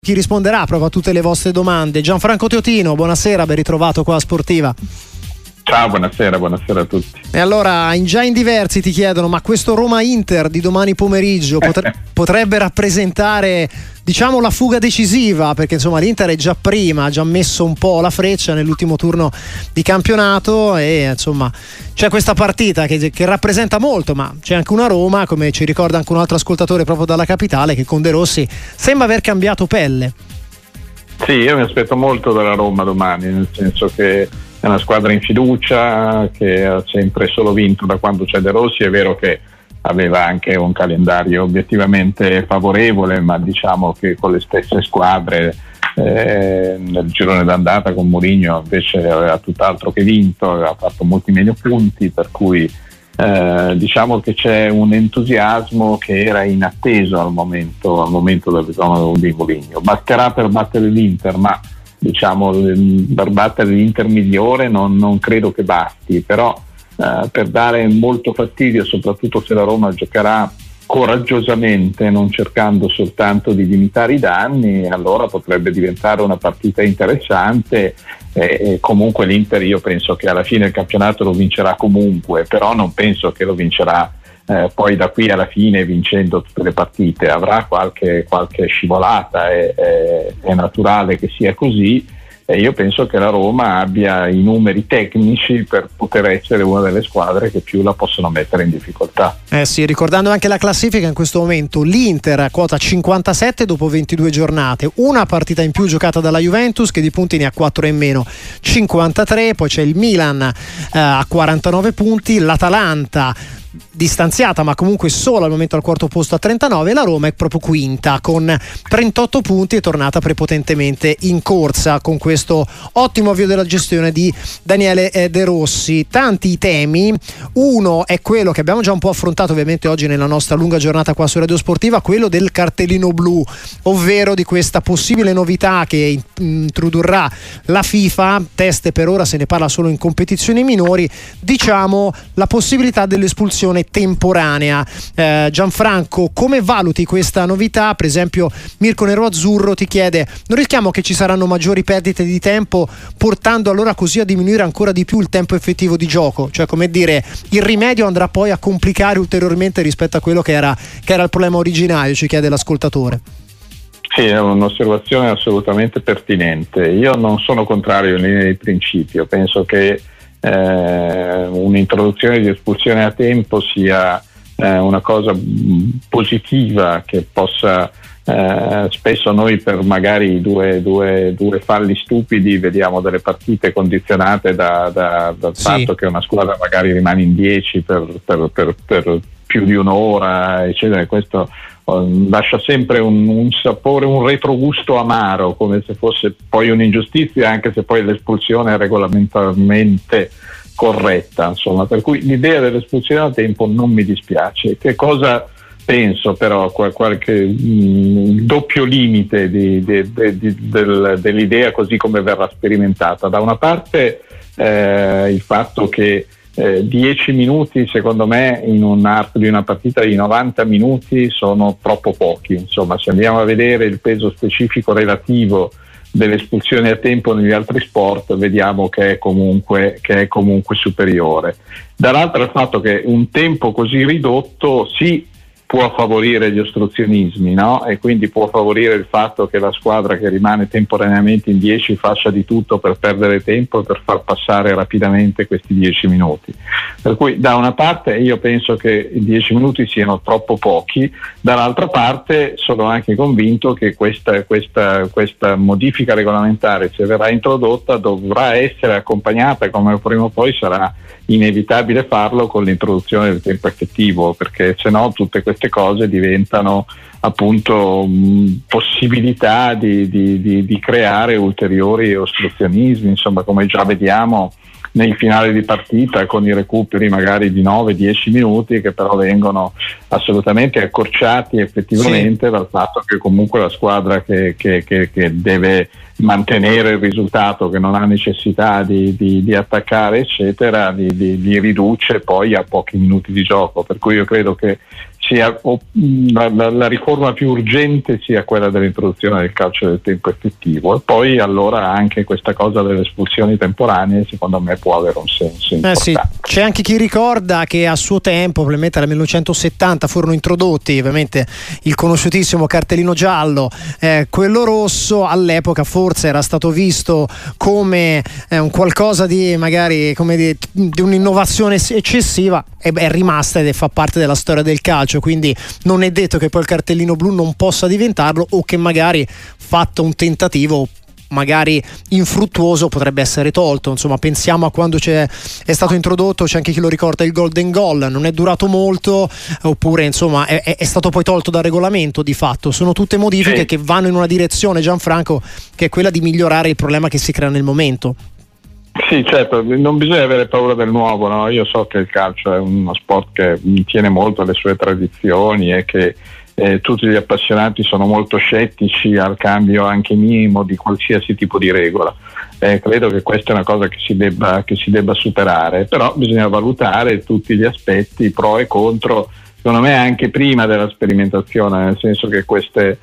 Chi risponderà proprio a tutte le vostre domande. Gianfranco Teotino, buonasera, ben ritrovato qua a Sportiva. Ciao, buonasera a tutti. E allora, già in diversi ti chiedono, ma questo Roma-Inter di domani pomeriggio potrebbe rappresentare, diciamo, la fuga decisiva, perché insomma l'Inter è già prima, ha già messo un po' la freccia nell'ultimo turno di campionato e insomma c'è questa partita che rappresenta molto, ma c'è anche una Roma, come ci ricorda anche un altro ascoltatore proprio dalla capitale, che con De Rossi sembra aver cambiato pelle. Sì, io mi aspetto molto dalla Roma domani, nel senso che è una squadra in fiducia, che ha sempre solo vinto da quando c'è De Rossi. È vero che aveva anche un calendario obiettivamente favorevole, ma diciamo che con le stesse squadre nel girone d'andata con Mourinho invece aveva tutt'altro che vinto, aveva fatto molti meno punti, per cui diciamo che c'è un entusiasmo che era inatteso al momento del ritorno di Mourinho. Basterà per battere l'Inter, ma diciamo per battere l'Inter migliore non credo che basti, però per dare molto fastidio, soprattutto se la Roma giocherà coraggiosamente, non cercando soltanto di limitare i danni, allora potrebbe diventare una partita interessante. E comunque l'Inter, io penso che alla fine il campionato lo vincerà comunque, però non penso che lo vincerà poi da qui alla fine vincendo tutte le partite. Avrà qualche scivolata, è naturale che sia così, e io penso che la Roma abbia i numeri tecnici per poter essere una delle squadre che più la possono mettere in difficoltà. Sì, ricordando anche la classifica, in questo momento l'Inter a quota 57 dopo 22 giornate, una partita in più giocata dalla Juventus che di punti ne ha 4 in meno, 53. Poi c'è il Milan a 49 punti, l'Atalanta distanziata ma comunque solo al momento al quarto posto a 39, la Roma è proprio quinta con 38 punti, è tornata prepotentemente in corsa con questo ottimo avvio della gestione di Daniele De Rossi. Tanti i temi, uno è quello che abbiamo già un po' affrontato ovviamente oggi nella nostra lunga giornata qua su Radio Sportiva, quello del cartellino blu, ovvero di questa possibile novità che introdurrà la FIFA. Teste per ora se ne parla solo in competizioni minori, diciamo la possibilità dell'espulsione temporanea. Gianfranco, come valuti questa novità? Per esempio Mirko Nero-Azzurro ti chiede: non rischiamo che ci saranno maggiori perdite di tempo, portando allora così a diminuire ancora di più il tempo effettivo di gioco? Cioè, come dire, il rimedio andrà poi a complicare ulteriormente rispetto a quello che era il problema originario, ci chiede l'ascoltatore. Sì, è un'osservazione assolutamente pertinente. Io non sono contrario in linea di principio, penso che un'introduzione di espulsione a tempo sia una cosa positiva, che possa spesso noi per magari due falli stupidi vediamo delle partite condizionate dal fatto che una squadra magari rimane in 10 per più di un'ora, eccetera. Questo lascia sempre un sapore, un retrogusto amaro, come se fosse poi un'ingiustizia, anche se poi l'espulsione è regolamentarmente corretta, insomma. Per cui l'idea dell'espulsione a tempo non mi dispiace. Che cosa penso però? Qualche doppio limite dell'idea così come verrà sperimentata. Da una parte il fatto che 10 minuti secondo me in un arco di una partita di 90 minuti sono troppo pochi. Insomma, se andiamo a vedere il peso specifico relativo delle espulsioni a tempo negli altri sport, vediamo che è comunque superiore. Dall'altro il fatto che un tempo così ridotto sì può favorire gli ostruzionismi, no? E quindi può favorire il fatto che la squadra che rimane temporaneamente in 10 faccia di tutto per perdere tempo e per far passare rapidamente questi 10 minuti. Per cui da una parte io penso che i 10 minuti siano troppo pochi, dall'altra parte sono anche convinto che questa modifica regolamentare, se verrà introdotta, dovrà essere accompagnata, come prima o poi sarà inevitabile farlo, con l'introduzione del tempo effettivo, perché se no tutte queste cose diventano appunto possibilità di creare ulteriori ostruzionismi, insomma, come già vediamo nei finali di partita con i recuperi magari di 9-10 minuti che però vengono assolutamente accorciati effettivamente dal fatto che comunque la squadra che deve mantenere il risultato, che non ha necessità di attaccare eccetera, li riduce poi a pochi minuti di gioco. Per cui io credo che la riforma più urgente sia quella dell'introduzione del calcio del tempo effettivo, e poi allora anche questa cosa delle espulsioni temporanee secondo me può avere un senso importante. Sì. C'è anche chi ricorda che a suo tempo, probabilmente nel 1970, furono introdotti ovviamente il conosciutissimo cartellino giallo, quello rosso all'epoca forse era stato visto come un qualcosa di magari di un'innovazione eccessiva, è rimasta ed fa parte della storia del calcio, quindi non è detto che poi il cartellino blu non possa diventarlo, o che magari fatto un tentativo magari infruttuoso potrebbe essere tolto. Insomma, pensiamo a quando è stato introdotto, c'è anche chi lo ricorda, il golden goal, non è durato molto, oppure insomma è stato poi tolto dal regolamento. Di fatto sono tutte modifiche che vanno in una direzione, Gianfranco, che è quella di migliorare il problema che si crea nel momento. Sì, certo, non bisogna avere paura del nuovo, no? Io so che il calcio è uno sport che tiene molto alle sue tradizioni e che tutti gli appassionati sono molto scettici al cambio anche minimo di qualsiasi tipo di regola. Credo che questa è una cosa che si debba superare, però bisogna valutare tutti gli aspetti pro e contro, secondo me anche prima della sperimentazione, nel senso che queste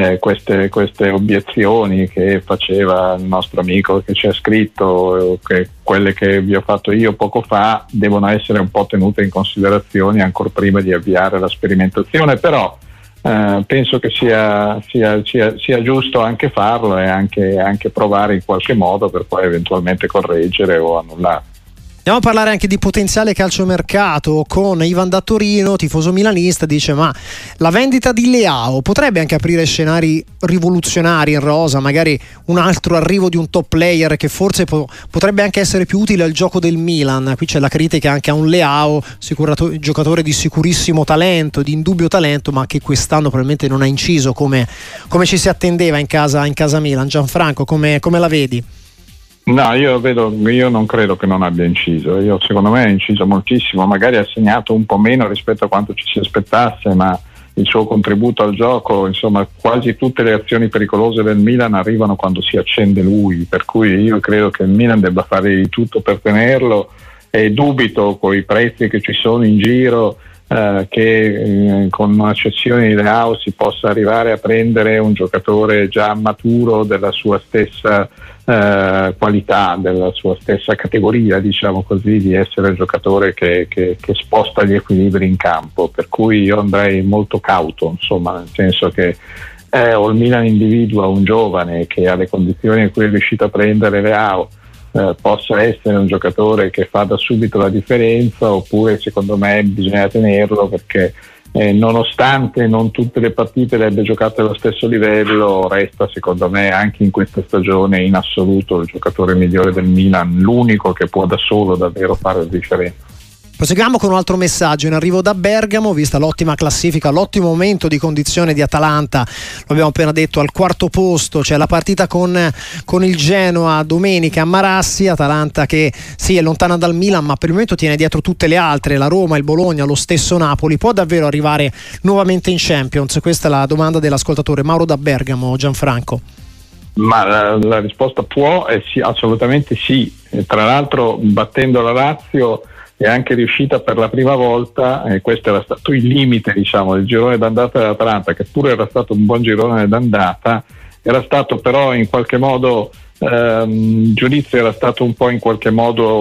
obiezioni che faceva il nostro amico che ci ha scritto, che quelle che vi ho fatto io poco fa, devono essere un po' tenute in considerazione ancora prima di avviare la sperimentazione, però penso che sia giusto anche farlo e anche provare in qualche modo per poi eventualmente correggere o annullare. Andiamo a parlare anche di potenziale calciomercato con Ivan da Torino, tifoso milanista. Dice: ma la vendita di Leao potrebbe anche aprire scenari rivoluzionari in rosa, magari un altro arrivo di un top player che forse potrebbe anche essere più utile al gioco del Milan. Qui c'è la critica anche a un Leao, giocatore di sicurissimo talento, di indubbio talento, ma che quest'anno probabilmente non ha inciso come ci si attendeva in casa Milan. Gianfranco, come la vedi? No, io non credo che non abbia inciso. Secondo me ha inciso moltissimo, magari ha segnato un po' meno rispetto a quanto ci si aspettasse, ma il suo contributo al gioco, insomma, quasi tutte le azioni pericolose del Milan arrivano quando si accende lui, per cui io credo che il Milan debba fare di tutto per tenerlo, e dubito con i prezzi che ci sono in giro che con una cessione di Leao si possa arrivare a prendere un giocatore già maturo della sua stessa qualità, della sua stessa categoria, diciamo così, di essere il giocatore che sposta gli equilibri in campo, per cui io andrei molto cauto, insomma, nel senso che o il Milan individua un giovane che ha le condizioni in cui è riuscito a prendere Leao possa essere un giocatore che fa da subito la differenza, oppure secondo me bisogna tenerlo perché nonostante non tutte le partite le abbia giocate allo stesso livello, resta secondo me anche in questa stagione in assoluto il giocatore migliore del Milan, l'unico che può da solo davvero fare la differenza. Proseguiamo con un altro messaggio in arrivo da Bergamo. Vista l'ottima classifica, l'ottimo momento di condizione di Atalanta, lo abbiamo appena detto, al quarto posto, c'è la partita con il Genoa domenica a Marassi. Atalanta che sì, è lontana dal Milan, ma per il momento tiene dietro tutte le altre, la Roma, il Bologna, lo stesso Napoli. Può davvero arrivare nuovamente in Champions? Questa è la domanda dell'ascoltatore Mauro da Bergamo. Gianfranco. Ma la risposta può e sì, assolutamente sì. E tra l'altro, battendo la Lazio, è anche riuscita per la prima volta, e questo era stato il limite, diciamo, del girone d'andata dell'Atalanta, che pure era stato un buon girone d'andata, era stato però in qualche modo il giudizio era stato un po' in qualche modo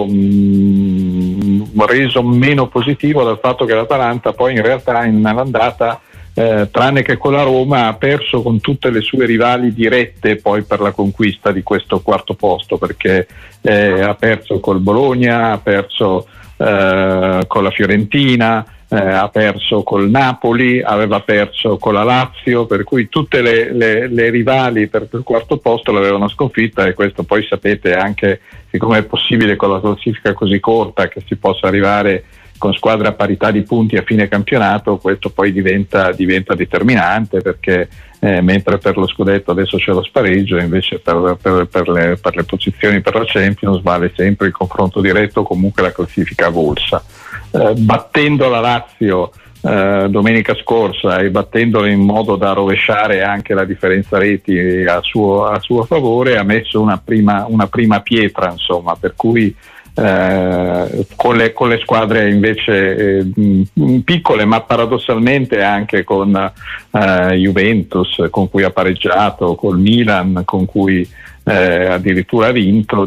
reso meno positivo dal fatto che l'Atalanta poi in realtà nell'andata tranne che con la Roma ha perso con tutte le sue rivali dirette poi per la conquista di questo quarto posto, perché ha perso col Bologna, ha perso con la Fiorentina, ha perso col Napoli, aveva perso con la Lazio, per cui tutte le rivali per il quarto posto l'avevano sconfitta, e questo poi sapete anche, siccome è possibile con la classifica così corta che si possa arrivare con squadre a parità di punti a fine campionato, questo poi diventa determinante, perché mentre per lo scudetto adesso c'è lo spareggio, invece per le posizioni per la Champions vale sempre il confronto diretto, comunque la classifica avulsa. Battendo la Lazio domenica scorsa e battendola in modo da rovesciare anche la differenza reti a suo favore, ha messo una prima pietra, insomma, per cui con le squadre invece piccole, ma paradossalmente anche con Juventus, con cui ha pareggiato, col Milan, con cui addirittura ha vinto,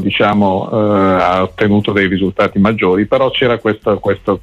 ha ottenuto dei risultati maggiori, però c'era questa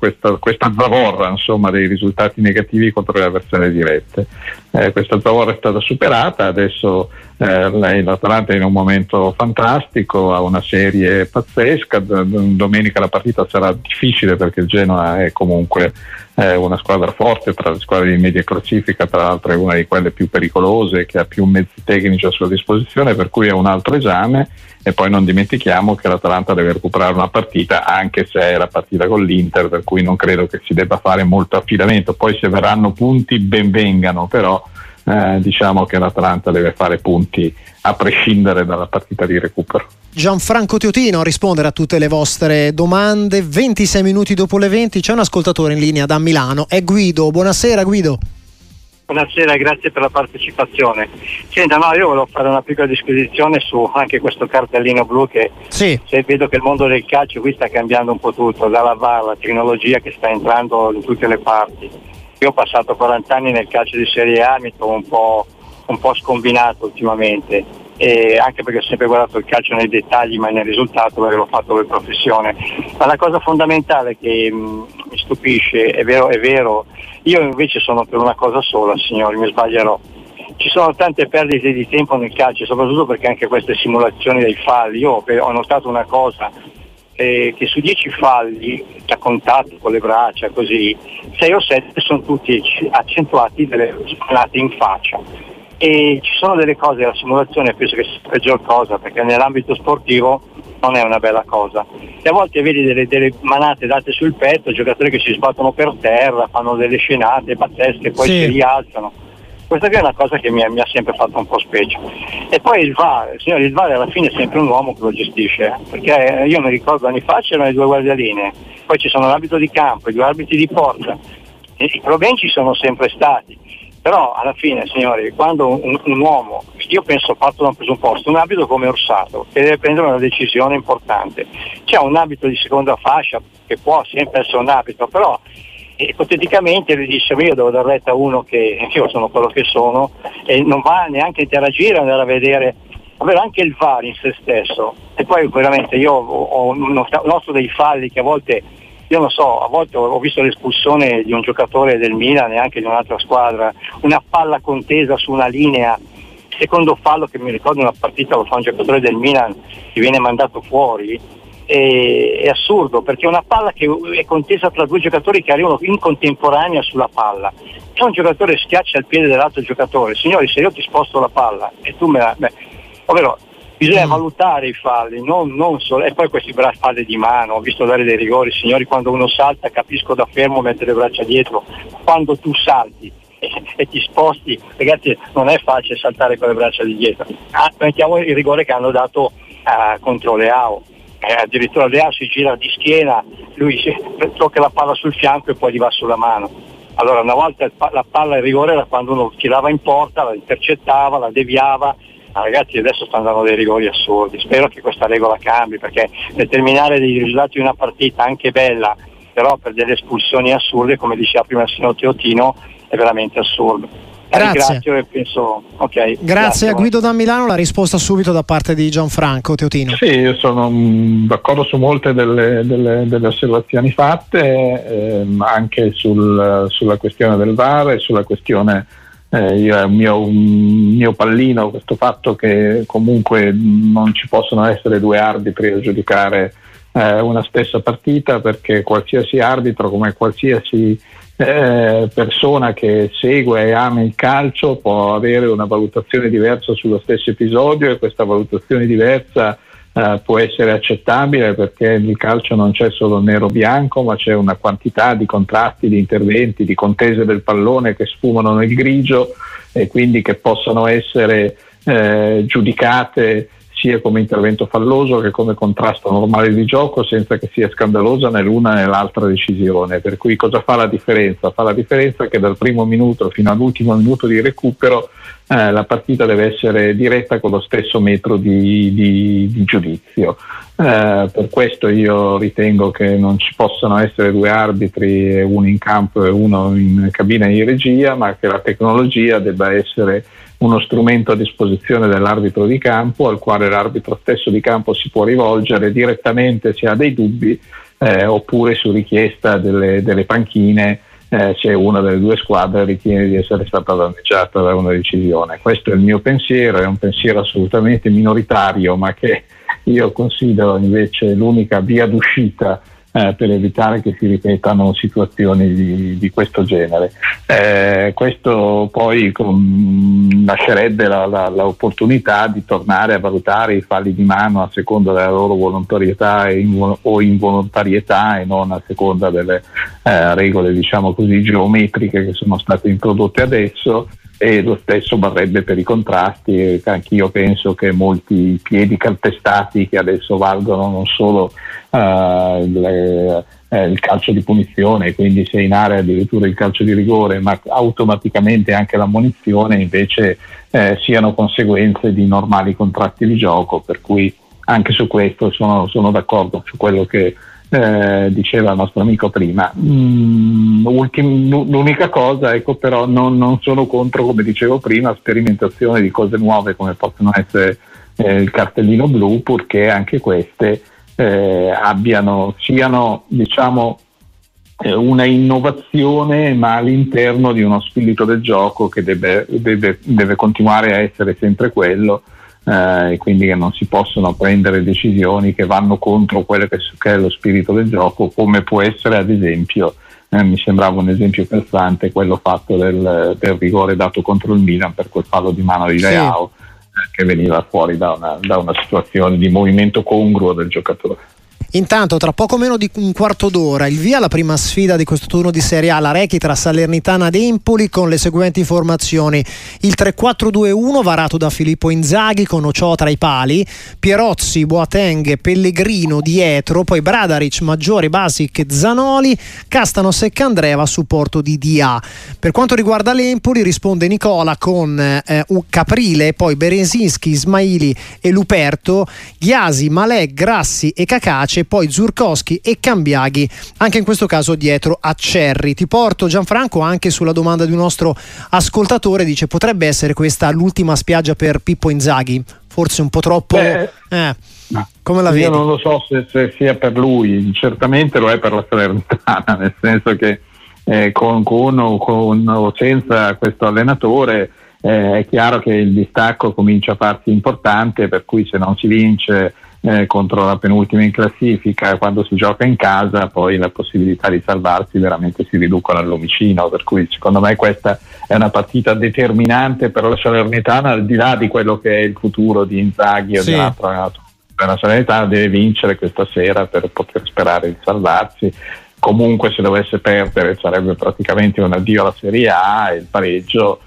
zavorra, insomma, dei risultati negativi contro le avversarie dirette. Questa zavorra è stata superata, adesso l'Atalanta è in un momento fantastico, ha una serie pazzesca. Domenica la partita sarà difficile perché il Genoa è comunque una squadra forte, tra le squadre di media classifica, tra l'altro è una di quelle più pericolose, che ha più mezzi tecnici a sua disposizione, per cui è un altro esame. E poi non dimentichiamo che l'Atalanta deve recuperare una partita, anche se è la partita con l'Inter, per cui non credo che si debba fare molto affidamento. Poi se verranno punti ben vengano, però diciamo che l'Atalanta deve fare punti a prescindere dalla partita di recupero. Gianfranco Teotino a rispondere a tutte le vostre domande. 26 minuti dopo le 20 c'è un ascoltatore in linea da Milano, è Guido. Buonasera Guido. Buonasera, grazie per la partecipazione. Senta, io volevo fare una piccola disquisizione su anche questo cartellino blu che sì. Vedo che il mondo del calcio qui sta cambiando un po' tutto, dalla VAR, la tecnologia che sta entrando in tutte le parti. Io ho passato 40 anni nel calcio di Serie A, mi trovo un po' scombinato ultimamente, e anche perché ho sempre guardato il calcio nei dettagli ma nel risultato, perché l'ho fatto per professione. Ma la cosa fondamentale che mi stupisce, è vero, io invece sono per una cosa sola, signori, mi sbaglierò. Ci sono tante perdite di tempo nel calcio, soprattutto perché anche queste simulazioni dei falli, io ho notato una cosa, che su 10 falli a contatto con le braccia, così 6 o 7 sono tutti accentuati delle spallate in faccia. E ci sono delle cose, la simulazione penso che sia la peggior cosa, perché nell'ambito sportivo non è una bella cosa. E a volte vedi delle manate date sul petto, giocatori che si sbattono per terra, fanno delle scenate pazzesche, poi si rialzano. Questa qui è una cosa che mi ha sempre fatto un po' specie. E poi il VAR, signori, il VAR alla fine è sempre un uomo che lo gestisce, perché io mi ricordo anni fa c'erano le 2 guardialine, poi ci sono l'arbitro di campo, i 2 arbitri di porta, e i problemi ci sono sempre stati. Però alla fine, signori, quando un uomo, io penso, parto da un presupposto, un arbitro come Orsato, che deve prendere una decisione importante, c'è un arbitro di seconda fascia che può sempre essere un arbitro, però ipoteticamente lui dice: io devo dar retta a uno che io sono quello che sono, e non va neanche a interagire, andare a vedere, avere anche il VAR in se stesso. E poi veramente io ho notato dei falli che a volte, io non so, a volte ho visto l'espulsione di un giocatore del Milan e anche di un'altra squadra, una palla contesa su una linea, secondo fallo che mi ricordo una partita lo fa un giocatore del Milan che viene mandato fuori. È assurdo, perché è una palla che è contesa tra 2 giocatori che arrivano in contemporanea sulla palla, e un giocatore schiaccia il piede dell'altro giocatore. Signori, se io ti sposto la palla e tu ovvero bisogna valutare i falli, non solo. E poi questi falli di mano, ho visto dare dei rigori, signori, quando uno salta capisco da fermo mettere le braccia dietro, quando tu salti e ti sposti, ragazzi, non è facile saltare con le braccia di dietro. Mettiamo il rigore che hanno dato contro Leao. Addirittura Leao si gira di schiena, lui tocca la palla sul fianco e poi gli va sulla mano. Allora, una volta la palla in rigore era quando uno tirava in porta, la intercettava, la deviava. Ragazzi, adesso stanno dando dei rigori assurdi. Spero che questa regola cambi, perché determinare dei risultati di una partita anche bella, però per delle espulsioni assurde, come diceva prima il signor Teotino, è veramente assurdo. Grazie. E penso, grazie a Guido da Milano, la risposta subito da parte di Gianfranco Teotino. Sì, io sono d'accordo su molte delle osservazioni fatte, anche sulla questione del VAR e sulla questione un mio pallino, questo fatto che comunque non ci possono essere 2 arbitri a giudicare una stessa partita, perché qualsiasi arbitro, come qualsiasi persona che segue e ama il calcio, può avere una valutazione diversa sullo stesso episodio, e questa valutazione diversa può essere accettabile, perché nel calcio non c'è solo nero-bianco, ma c'è una quantità di contrasti, di interventi, di contese del pallone che sfumano nel grigio, e quindi che possono essere giudicate sia come intervento falloso che come contrasto normale di gioco, senza che sia scandalosa né l'una né l'altra decisione. Per cui cosa fa la differenza? Fa la differenza che dal primo minuto fino all'ultimo minuto di recupero la partita deve essere diretta con lo stesso metro di giudizio. Per questo io ritengo che non ci possano essere due arbitri, uno in campo e uno in cabina di regia, ma che la tecnologia debba essere uno strumento a disposizione dell'arbitro di campo, al quale l'arbitro stesso di campo si può rivolgere direttamente se ha dei dubbi, oppure su richiesta delle panchine, se una delle due squadre ritiene di essere stata danneggiata da una decisione. Questo è il mio pensiero, è un pensiero assolutamente minoritario, ma che io considero invece l'unica via d'uscita per evitare che si ripetano situazioni di questo genere. Questo poi lascerebbe l'opportunità di tornare a valutare i falli di mano a seconda della loro volontarietà o involontarietà, e non a seconda delle regole, diciamo così, geometriche che sono state introdotte adesso. E lo stesso varrebbe per i contrasti. Anch'io penso che molti piedi calpestati, che adesso valgono non solo il calcio di punizione, quindi se in area addirittura il calcio di rigore, ma automaticamente anche l'ammonizione, invece siano conseguenze di normali contratti di gioco. Per cui anche su questo sono d'accordo su quello che diceva il nostro amico prima. L'unica cosa, ecco, però non sono contro, come dicevo prima, sperimentazione di cose nuove come possono essere il cartellino blu, purché anche queste siano, diciamo, una innovazione, ma all'interno di uno spirito del gioco che deve continuare a essere sempre quello, e quindi che non si possono prendere decisioni che vanno contro quello che è lo spirito del gioco, come può essere ad esempio, mi sembrava un esempio calzante quello fatto del rigore dato contro il Milan per quel fallo di mano di Leao, che veniva fuori da una situazione di movimento congruo del giocatore. Intanto, tra poco meno di un quarto d'ora, il via alla prima sfida di questo turno di Serie A, la Rechi tra Salernitana ed Empoli, con le seguenti formazioni: il 3-4-2-1 varato da Filippo Inzaghi con Ochoa tra i pali, Pierozzi, Boateng, Pellegrino dietro, poi Bradaric, Maggiori, Basic, Zanoli, Castanos e Candreva a supporto di Dia. Per quanto riguarda l'Empoli, risponde Nicola con Caprile, poi Berezinski, Ismaili e Luperto, Ghiasi, Malè, Grassi e Cacace, e poi Zurkowski e Cambiaghi, anche in questo caso dietro a Cerri. Ti porto, Gianfranco, anche sulla domanda di un nostro ascoltatore, dice: potrebbe essere questa l'ultima spiaggia per Pippo Inzaghi? Forse un po' troppo? Come la vedi? Io non lo so se sia per lui, certamente lo è per la Salernitana, nel senso che con o senza questo allenatore è chiaro che il distacco comincia a farsi importante, per cui se non si vince contro la penultima in classifica, quando si gioca in casa, poi la possibilità di salvarsi veramente si riducono al lumicino. Per cui secondo me questa è una partita determinante per la Salernitana, al di là di quello che è il futuro di Inzaghi o di un altro allenatore. La Salernitana deve vincere questa sera per poter sperare di salvarsi. Comunque se dovesse perdere sarebbe praticamente un addio alla Serie A, e il pareggio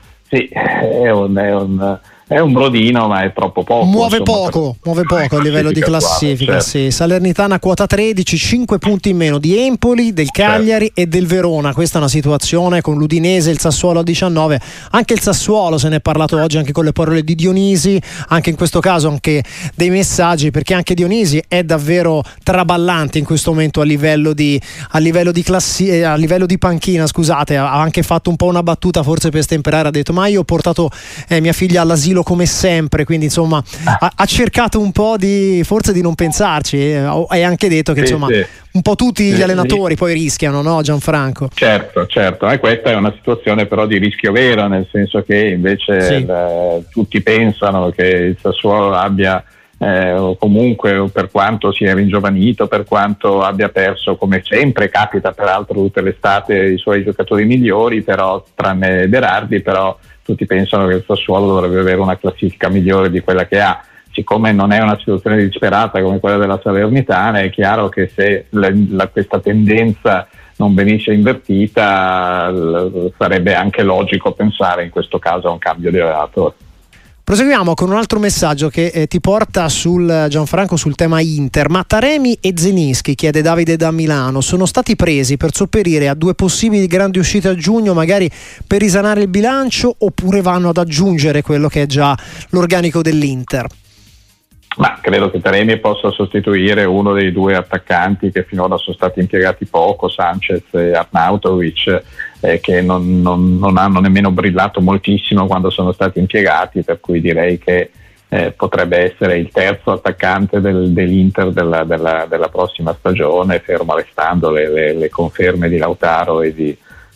è un brodino, ma è troppo poco. Muove poco a livello di classifica. Certo. Sì. Salernitana quota 13, 5 punti in meno di Empoli, del Cagliari e del Verona. Questa è una situazione con l'Udinese, il Sassuolo a 19. Anche il Sassuolo, se ne è parlato oggi anche con le parole di Dionisi, anche in questo caso anche dei messaggi, perché anche Dionisi è davvero traballante in questo momento a livello di panchina, scusate. Ha anche fatto un po' una battuta, forse per stemperare, ha detto: ma io ho portato mia figlia all'asilo come sempre, quindi insomma ha cercato un po' forse di non pensarci, e anche detto che un po' tutti gli allenatori poi rischiano, no, Gianfranco? Certo, e questa è una situazione però di rischio vero, nel senso che invece tutti pensano che il Sassuolo abbia comunque, per quanto sia ringiovanito, per quanto abbia perso, come sempre capita peraltro tutte le estate, i suoi giocatori migliori, però tranne Berardi, però tutti pensano che il Sassuolo dovrebbe avere una classifica migliore di quella che ha. Siccome non è una situazione disperata come quella della Salernitana, è chiaro che se questa tendenza non venisse invertita sarebbe anche logico pensare in questo caso a un cambio di allenatore. Proseguiamo con un altro messaggio che ti porta Gianfranco sul tema Inter. Ma Taremi e Zelinski, chiede Davide da Milano, sono stati presi per sopperire a 2 possibili grandi uscite a giugno, magari per risanare il bilancio, oppure vanno ad aggiungere quello che è già l'organico dell'Inter? Ma credo che Taremi possa sostituire uno dei 2 attaccanti che finora sono stati impiegati poco, Sanchez e Arnautovic, che non hanno nemmeno brillato moltissimo quando sono stati impiegati, per cui direi che potrebbe essere il terzo attaccante dell'Inter della prossima stagione, fermo restando le conferme di Lautaro e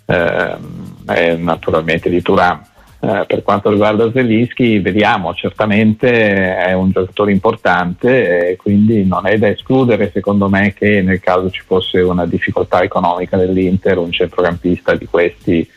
naturalmente di Thuram. Per quanto riguarda Zelinski, vediamo, certamente è un giocatore importante, e quindi non è da escludere, secondo me, che nel caso ci fosse una difficoltà economica dell'Inter, un centrocampista di questi,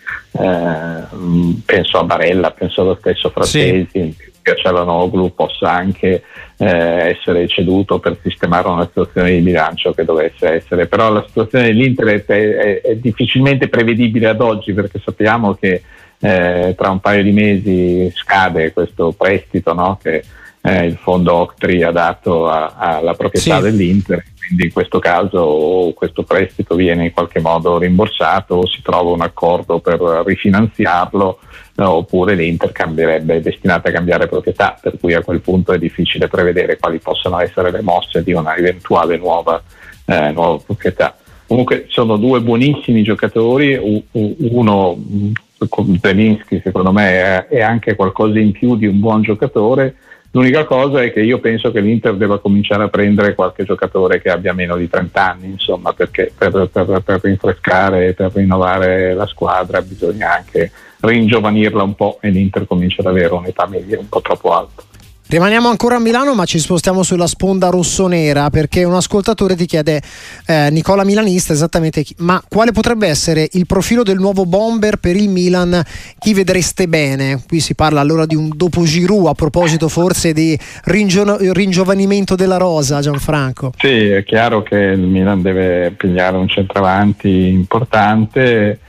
penso a Barella, penso allo stesso Frattesi, che Çalhanoğlu possa anche essere ceduto per sistemare una situazione di bilancio che dovesse essere. Però la situazione dell'Inter è difficilmente prevedibile ad oggi, perché sappiamo che tra un paio di mesi scade questo prestito, no? Che il fondo Octree ha dato alla proprietà dell'Inter, quindi in questo caso o questo prestito viene in qualche modo rimborsato o si trova un accordo per rifinanziarlo, oppure l'Inter è destinata a cambiare proprietà, per cui a quel punto è difficile prevedere quali possano essere le mosse di una eventuale nuova proprietà. Comunque sono 2 buonissimi giocatori, uno Zelinski secondo me è anche qualcosa in più di un buon giocatore. L'unica cosa è che io penso che l'Inter debba cominciare a prendere qualche giocatore che abbia meno di 30 anni, insomma, perché per rinfrescare, per rinnovare la squadra bisogna anche ringiovanirla un po', e l'Inter comincia ad avere un'età media un po' troppo alta. Rimaniamo ancora a Milano, ma ci spostiamo sulla sponda rossonera, perché un ascoltatore ti chiede, Nicola Milanista, esattamente, ma quale potrebbe essere il profilo del nuovo bomber per il Milan? Chi vedreste bene? Qui si parla allora di un dopo Giroud, a proposito forse di ringiovanimento della rosa, Gianfranco. Sì, è chiaro che il Milan deve pigliare un centravanti importante.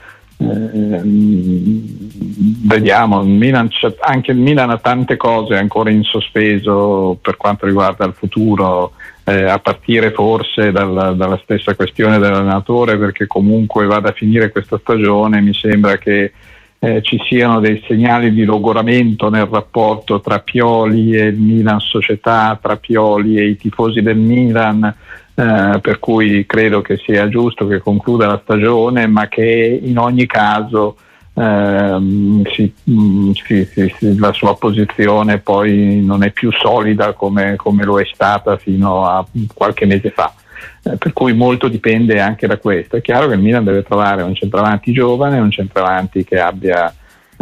Vediamo, anche il Milan ha tante cose ancora in sospeso per quanto riguarda il futuro, a partire forse dalla stessa questione dell'allenatore, perché comunque vada a finire questa stagione mi sembra che ci siano dei segnali di logoramento nel rapporto tra Pioli e il Milan società, tra Pioli e i tifosi del Milan, per cui credo che sia giusto che concluda la stagione, ma che in ogni caso la sua posizione poi non è più solida come lo è stata fino a qualche mese fa, per cui molto dipende anche da questo. È chiaro che il Milan deve trovare un centravanti giovane, un centravanti che abbia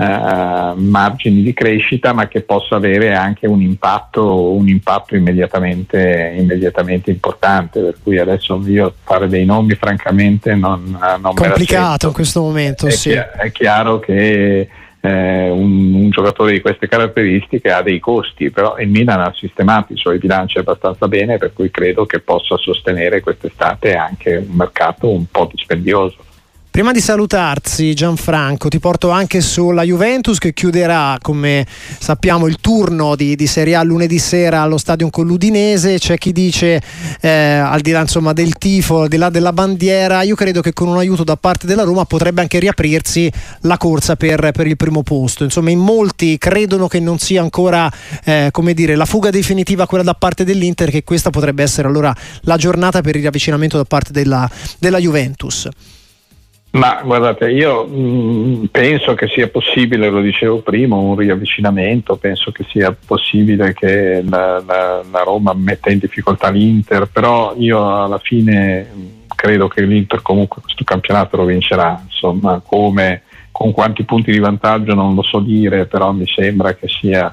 margini di crescita, ma che possa avere anche un impatto immediatamente importante, per cui adesso io fare dei nomi francamente non complicato in questo momento. È chiaro che un giocatore di queste caratteristiche ha dei costi, però il Milan ha sistemato i suoi bilanci abbastanza bene, per cui credo che possa sostenere quest'estate anche un mercato un po' dispendioso. Prima di salutarsi, Gianfranco, ti porto anche sulla Juventus, che chiuderà, come sappiamo, il turno di Serie A lunedì sera allo Stadion con l'Udinese. C'è chi dice, al di là insomma del tifo, al di là della bandiera, io credo che con un aiuto da parte della Roma potrebbe anche riaprirsi la corsa per il primo posto. Insomma, in molti credono che non sia ancora la fuga definitiva quella da parte dell'Inter, che questa potrebbe essere allora la giornata per il riavvicinamento da parte della Juventus. Ma guardate, io penso che sia possibile, lo dicevo prima, un riavvicinamento, penso che sia possibile che la Roma metta in difficoltà l'Inter, però io alla fine credo che l'Inter comunque questo campionato lo vincerà, insomma, con quanti punti di vantaggio non lo so dire, però mi sembra che sia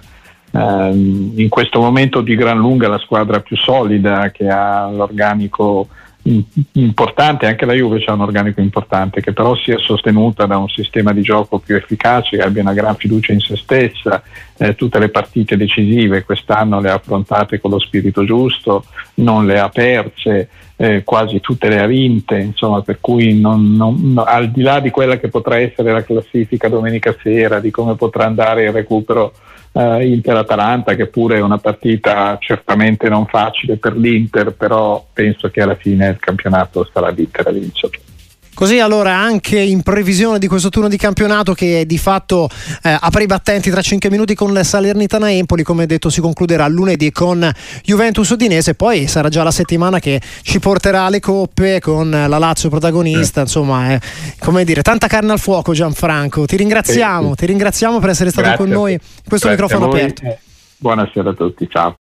in questo momento di gran lunga la squadra più solida, che ha l'organico importante. Anche la Juve c'ha un organico importante, che però sia sostenuta da un sistema di gioco più efficace, che abbia una gran fiducia in se stessa. Tutte le partite decisive quest'anno le ha affrontate con lo spirito giusto, non le ha perse, quasi tutte le ha vinte, insomma, per cui al di là di quella che potrà essere la classifica domenica sera, di come potrà andare il recupero Inter-Atalanta, che pure è una partita certamente non facile per l'Inter, però penso che alla fine il campionato sarà l'Inter a vincere. Così allora, anche in previsione di questo turno di campionato che di fatto apre i battenti tra 5 minuti con Salernitana-Empoli, come detto si concluderà lunedì con Juventus-Udinese, poi sarà già la settimana che ci porterà alle coppe con la Lazio protagonista, insomma come dire, tanta carne al fuoco. Gianfranco, ti ringraziamo per essere stato con noi in questo microfono aperto. Buonasera a tutti, ciao.